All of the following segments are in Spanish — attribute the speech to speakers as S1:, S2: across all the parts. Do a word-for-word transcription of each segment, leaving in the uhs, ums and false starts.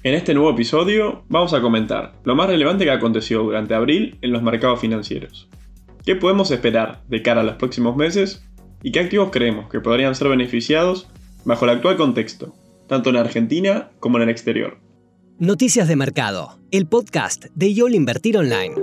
S1: En este nuevo episodio vamos a comentar lo más relevante que aconteció durante abril en los mercados financieros. ¿Qué podemos esperar de cara a los próximos meses? ¿Y qué activos creemos que podrían ser beneficiados bajo el actual contexto, tanto en Argentina como en el exterior?
S2: Noticias de Mercado, el podcast de YOL Invertir Online.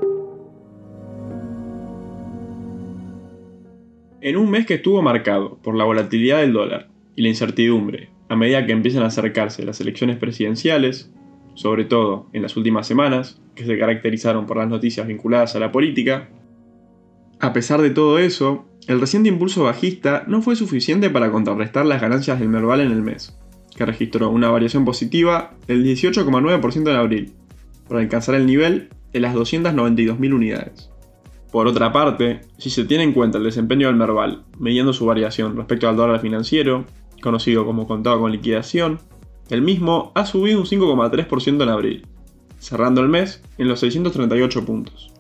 S1: En un mes que estuvo marcado por la volatilidad del dólar y la incertidumbre a medida que empiezan a acercarse las elecciones presidenciales, sobre todo en las últimas semanas, que se caracterizaron por las noticias vinculadas a la política, a pesar de todo eso, el reciente impulso bajista no fue suficiente para contrarrestar las ganancias del Merval en el mes, que registró una variación positiva del dieciocho coma nueve por ciento en abril, para alcanzar el nivel de las doscientas noventa y dos mil unidades. Por otra parte, si se tiene en cuenta el desempeño del Merval, midiendo su variación respecto al dólar financiero, conocido como contado con liquidación, el mismo ha subido un cinco coma tres por ciento en abril, cerrando el mes en los seiscientos treinta y ocho puntos.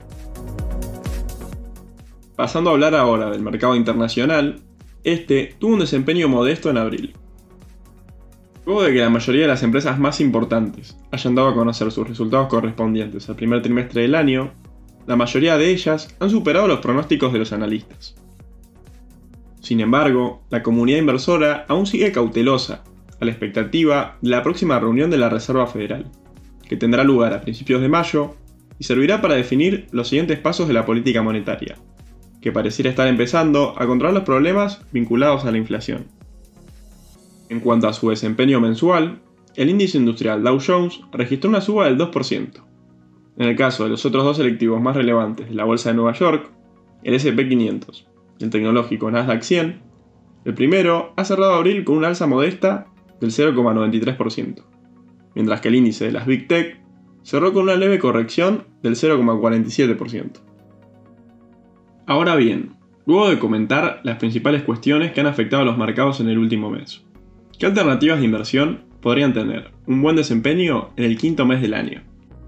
S1: Pasando a hablar ahora del mercado internacional, este tuvo un desempeño modesto en abril. Luego de que la mayoría de las empresas más importantes hayan dado a conocer sus resultados correspondientes al primer trimestre del año, la mayoría de ellas han superado los pronósticos de los analistas. Sin embargo, la comunidad inversora aún sigue cautelosa a la expectativa de la próxima reunión de la Reserva Federal, que tendrá lugar a principios de mayo y servirá para definir los siguientes pasos de la política monetaria, que pareciera estar empezando a controlar los problemas vinculados a la inflación. En cuanto a su desempeño mensual, el índice industrial Dow Jones registró una suba del dos por ciento. En el caso de los otros dos selectivos más relevantes de la bolsa de Nueva York, el ese and pe quinientos y el tecnológico Nasdaq cien, el primero ha cerrado abril con una alza modesta del cero coma noventa y tres por ciento, mientras que el índice de las Big Tech cerró con una leve corrección del cero coma cuarenta y siete por ciento. Ahora bien, luego de comentar las principales cuestiones que han afectado a los mercados en el último mes, ¿qué alternativas de inversión podrían tener un buen desempeño en el quinto mes del año?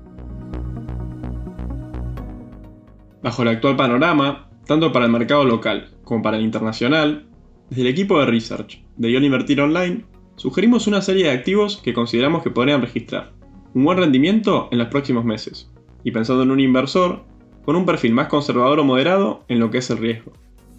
S1: Bajo el actual panorama, tanto para el mercado local como para el internacional, desde el equipo de research de YOL Invertir Online, sugerimos una serie de activos que consideramos que podrían registrar un buen rendimiento en los próximos meses, y pensando en un inversor con un perfil más conservador o moderado en lo que es el riesgo.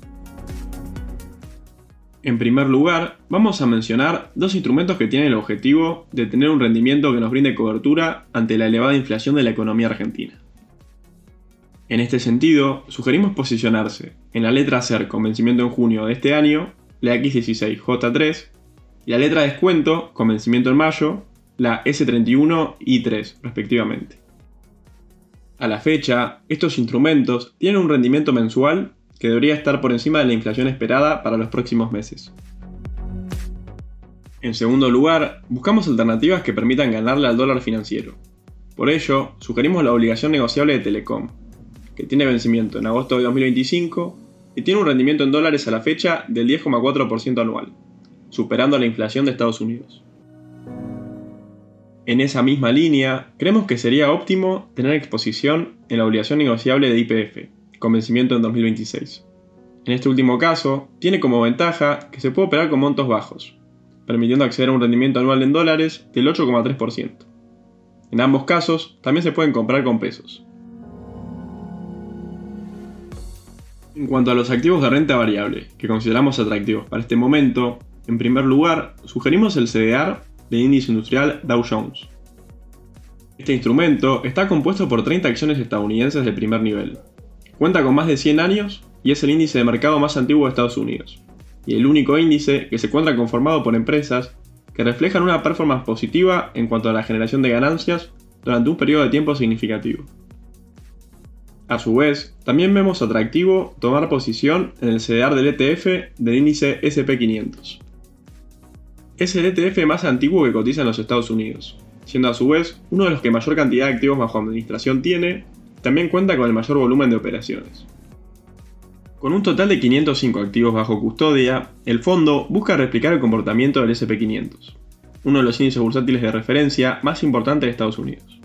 S1: En primer lugar, vamos a mencionar dos instrumentos que tienen el objetivo de tener un rendimiento que nos brinde cobertura ante la elevada inflación de la economía argentina. En este sentido, sugerimos posicionarse en la letra CER con vencimiento en junio de este año, la equis dieciséis J tres, y la letra descuento con vencimiento en mayo, la ese treinta y uno I tres, respectivamente. A la fecha, estos instrumentos tienen un rendimiento mensual que debería estar por encima de la inflación esperada para los próximos meses. En segundo lugar, buscamos alternativas que permitan ganarle al dólar financiero. Por ello, sugerimos la obligación negociable de Telecom, que tiene vencimiento en agosto de dos mil veinticinco y tiene un rendimiento en dólares a la fecha del diez coma cuatro por ciento anual, superando la inflación de Estados Unidos. En esa misma línea, creemos que sería óptimo tener exposición en la obligación negociable de I P F, con vencimiento en dos mil veintiséis. En este último caso, tiene como ventaja que se puede operar con montos bajos, permitiendo acceder a un rendimiento anual en dólares del ocho coma tres por ciento. En ambos casos, también se pueden comprar con pesos. En cuanto a los activos de renta variable que consideramos atractivos para este momento, en primer lugar, sugerimos el C D R del índice industrial Dow Jones. Este instrumento está compuesto por treinta acciones estadounidenses de primer nivel. Cuenta con más de cien años y es el índice de mercado más antiguo de Estados Unidos, y el único índice que se encuentra conformado por empresas que reflejan una performance positiva en cuanto a la generación de ganancias durante un periodo de tiempo significativo. A su vez, también vemos atractivo tomar posición en el C D R del E T F del índice ese and pe quinientos. Es el E T F más antiguo que cotiza en los Estados Unidos, siendo a su vez uno de los que mayor cantidad de activos bajo administración tiene, también cuenta con el mayor volumen de operaciones. Con un total de quinientos cinco activos bajo custodia, el fondo busca replicar el comportamiento del ese and pe quinientos, uno de los índices bursátiles de referencia más importantes de Estados Unidos.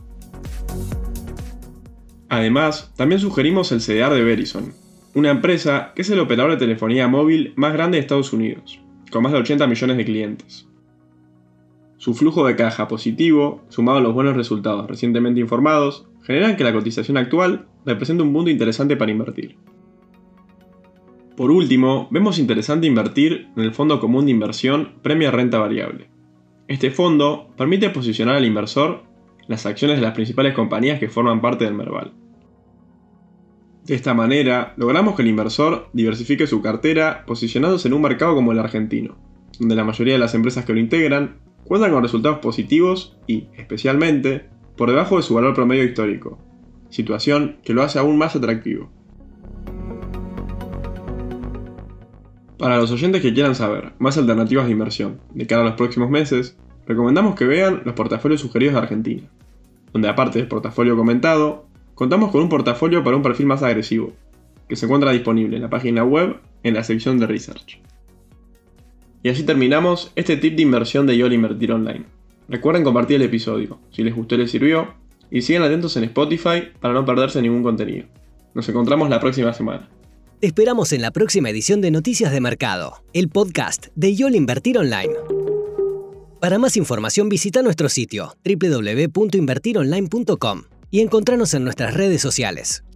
S1: Además, también sugerimos el C D R de Verizon, una empresa que es el operador de telefonía móvil más grande de Estados Unidos, con más de ochenta millones de clientes. Su flujo de caja positivo, sumado a los buenos resultados recientemente informados, generan que la cotización actual represente un punto interesante para invertir. Por último, vemos interesante invertir en el Fondo Común de Inversión Premia Renta Variable. Este fondo permite posicionar al inversor en las acciones de las principales compañías que forman parte del Merval. De esta manera, logramos que el inversor diversifique su cartera posicionándose en un mercado como el argentino, donde la mayoría de las empresas que lo integran cuentan con resultados positivos y, especialmente, por debajo de su valor promedio histórico, situación que lo hace aún más atractivo. Para los oyentes que quieran saber más alternativas de inversión de cara a los próximos meses, recomendamos que vean los portafolios sugeridos de Argentina, donde aparte del portafolio comentado, contamos con un portafolio para un perfil más agresivo, que se encuentra disponible en la página web en la sección de Research. Y así terminamos este tip de inversión de YOLO Invertir Online. Recuerden compartir el episodio, si les gustó y les sirvió, y sigan atentos en Spotify para no perderse ningún contenido. Nos encontramos la próxima semana.
S2: Te esperamos en la próxima edición de Noticias de Mercado, el podcast de YOLO Invertir Online. Para más información visita nuestro sitio doble u doble u doble u punto invertir online punto com y encontranos en nuestras redes sociales.